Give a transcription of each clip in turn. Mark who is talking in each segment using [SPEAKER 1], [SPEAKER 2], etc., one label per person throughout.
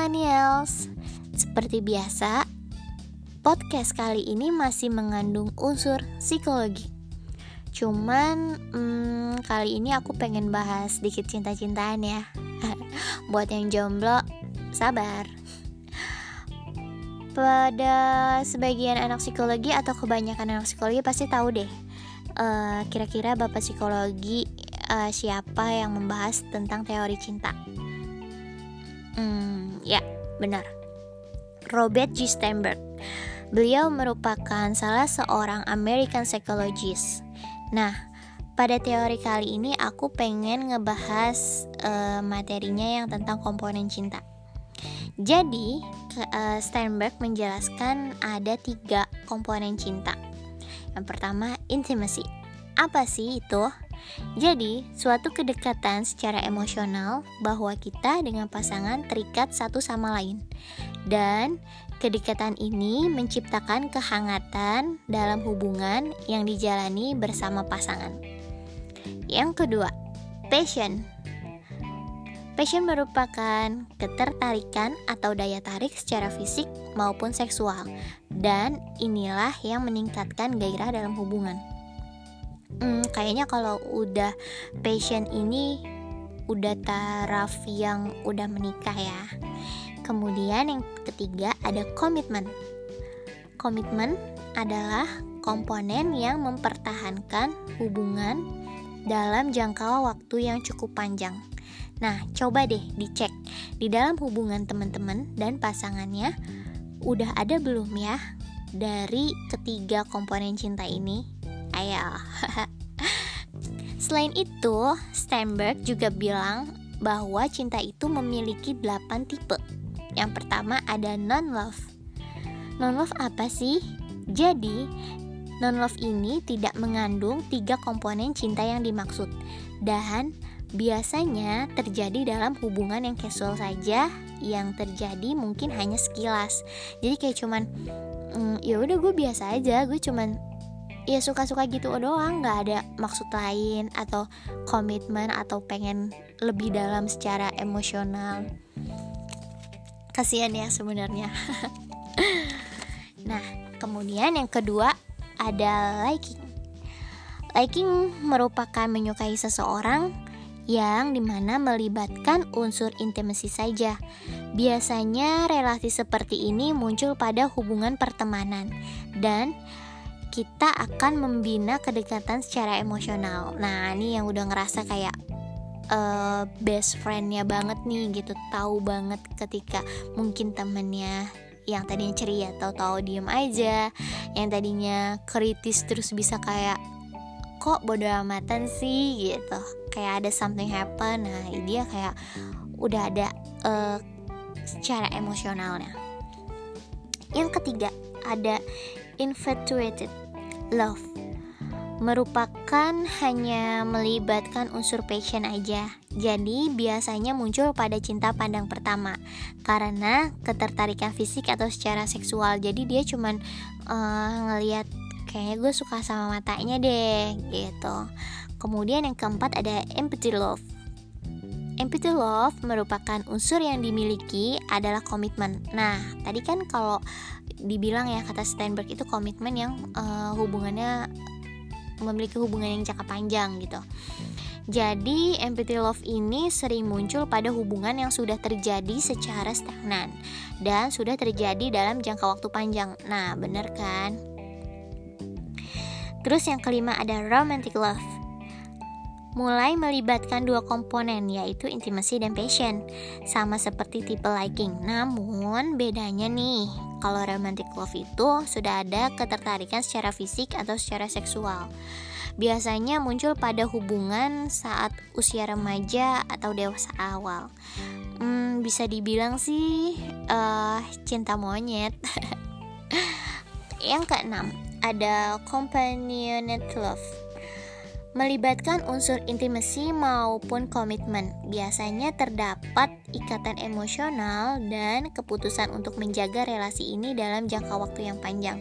[SPEAKER 1] Millennials. Seperti biasa, podcast kali ini masih mengandung unsur psikologi. Cuman kali ini aku pengen bahas sedikit cinta-cintaan ya. Buat yang jomblo, sabar. Pada sebagian anak psikologi atau kebanyakan anak psikologi pasti tahu deh, kira-kira bapak psikologi siapa yang membahas tentang teori cinta. Ya, benar. Robert G. Sternberg. Beliau merupakan salah seorang American psychologist. Nah, pada teori kali ini aku pengen ngebahas materinya yang tentang komponen cinta. Jadi, Sternberg menjelaskan ada 3 komponen cinta. Yang pertama, intimacy. Apa sih itu? Jadi, suatu kedekatan secara emosional bahwa kita dengan pasangan terikat satu sama lain. Dan kedekatan ini menciptakan kehangatan dalam hubungan yang dijalani bersama pasangan. Yang kedua, passion. Passion merupakan ketertarikan atau daya tarik secara fisik maupun seksual. Dan inilah yang meningkatkan gairah dalam hubungan. Kayaknya kalau udah passion ini udah taraf yang udah menikah ya. Kemudian yang ketiga ada komitmen. Komitmen adalah komponen yang mempertahankan hubungan dalam jangka waktu yang cukup panjang. Nah, coba deh dicek di dalam hubungan teman-teman dan pasangannya udah ada belum ya dari ketiga komponen cinta ini? Ayo. Selain itu, Sternberg juga bilang bahwa cinta itu memiliki 8 tipe. Yang pertama ada non-love. Non-love apa sih? Jadi, non-love ini tidak mengandung 3 komponen cinta yang dimaksud. Dan biasanya terjadi dalam hubungan yang casual saja, yang terjadi mungkin hanya sekilas. Jadi kayak cuman ya udah gue biasa aja, gue cuman ya suka-suka gitu doang, nggak ada maksud lain atau komitmen atau pengen lebih dalam secara emosional. Kasian ya sebenarnya. Nah, kemudian yang kedua ada liking. Liking merupakan menyukai seseorang yang dimana melibatkan unsur intimasi saja. Biasanya relasi seperti ini muncul pada hubungan pertemanan dan kita akan membina kedekatan secara emosional. Nah, ini yang udah ngerasa kayak best friend-nya banget nih gitu, tahu banget ketika mungkin temennya yang tadinya ceria tahu-tahu diem aja, yang tadinya kritis terus bisa kayak kok bodo amatan sih gitu, kayak ada something happen. Nah, dia kayak udah ada secara emosionalnya. Yang ketiga ada infatuated love. Merupakan hanya melibatkan unsur passion aja. Jadi biasanya muncul pada cinta pandang pertama karena ketertarikan fisik atau secara seksual. Jadi dia cuman ngelihat kayaknya gue suka sama matanya deh gitu. Kemudian yang keempat ada empathy love. Empathy love merupakan unsur yang dimiliki adalah komitmen. Nah, tadi kan kalau dibilang ya kata Sternberg itu komitmen yang hubungannya memiliki hubungan yang jangka panjang gitu. Jadi empathy love ini sering muncul pada hubungan yang sudah terjadi secara stagnan dan sudah terjadi dalam jangka waktu panjang. Nah, bener kan? Terus yang kelima ada romantic love. Mulai melibatkan 2 komponen yaitu intimacy dan passion, sama seperti tipe liking. Namun bedanya nih, kalau romantic love itu sudah ada ketertarikan secara fisik atau secara seksual. Biasanya muncul pada hubungan saat usia remaja atau dewasa awal. Bisa dibilang sih cinta monyet. Yang keenam ada companionate love. Melibatkan unsur intimasi maupun komitmen. Biasanya terdapat ikatan emosional dan keputusan untuk menjaga relasi ini dalam jangka waktu yang panjang.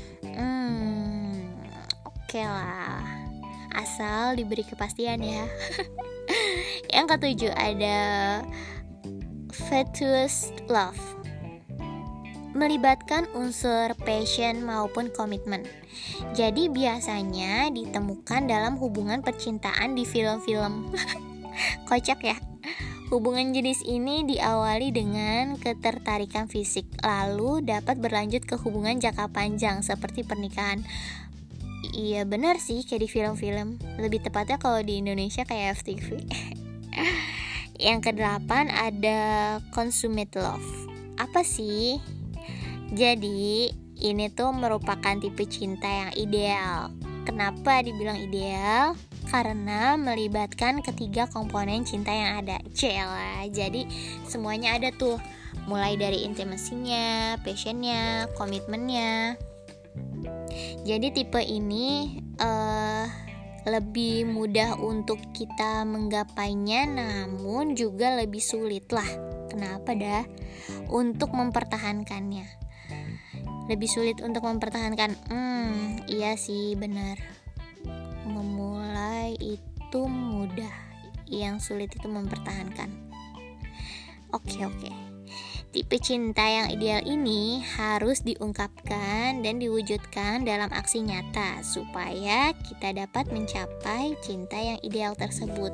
[SPEAKER 1] Oke lah, asal diberi kepastian ya. Yang ketujuh ada Fatuous love melibatkan unsur passion maupun komitmen. Jadi biasanya ditemukan dalam hubungan percintaan di film-film. Kocak ya. Hubungan jenis ini diawali dengan ketertarikan fisik, lalu dapat berlanjut ke hubungan jangka panjang seperti pernikahan. Iya benar sih, kayak di film-film. Lebih tepatnya kalau di Indonesia kayak FTV. Yang kedelapan ada consummate love. Apa sih? Jadi ini tuh merupakan tipe cinta yang ideal. Kenapa dibilang ideal? Karena melibatkan ketiga komponen cinta yang ada. Cela, jadi semuanya ada tuh. Mulai dari intimasinya, passionnya, komitmennya. Jadi tipe ini lebih mudah untuk kita menggapainya, namun juga lebih sulit lah. Kenapa dah? Untuk mempertahankannya. Lebih sulit untuk mempertahankan. Iya sih benar. Memulai itu mudah, yang sulit itu mempertahankan. Oke. Tipe cinta yang ideal ini harus diungkapkan dan diwujudkan dalam aksi nyata supaya kita dapat mencapai cinta yang ideal tersebut.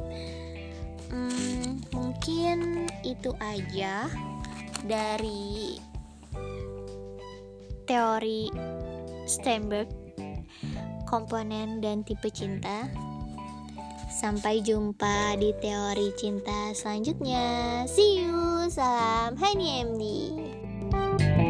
[SPEAKER 1] Mungkin itu aja dari teori Steinberg, komponen dan tipe cinta. Sampai jumpa di teori cinta selanjutnya. See you. Salam Hani MD.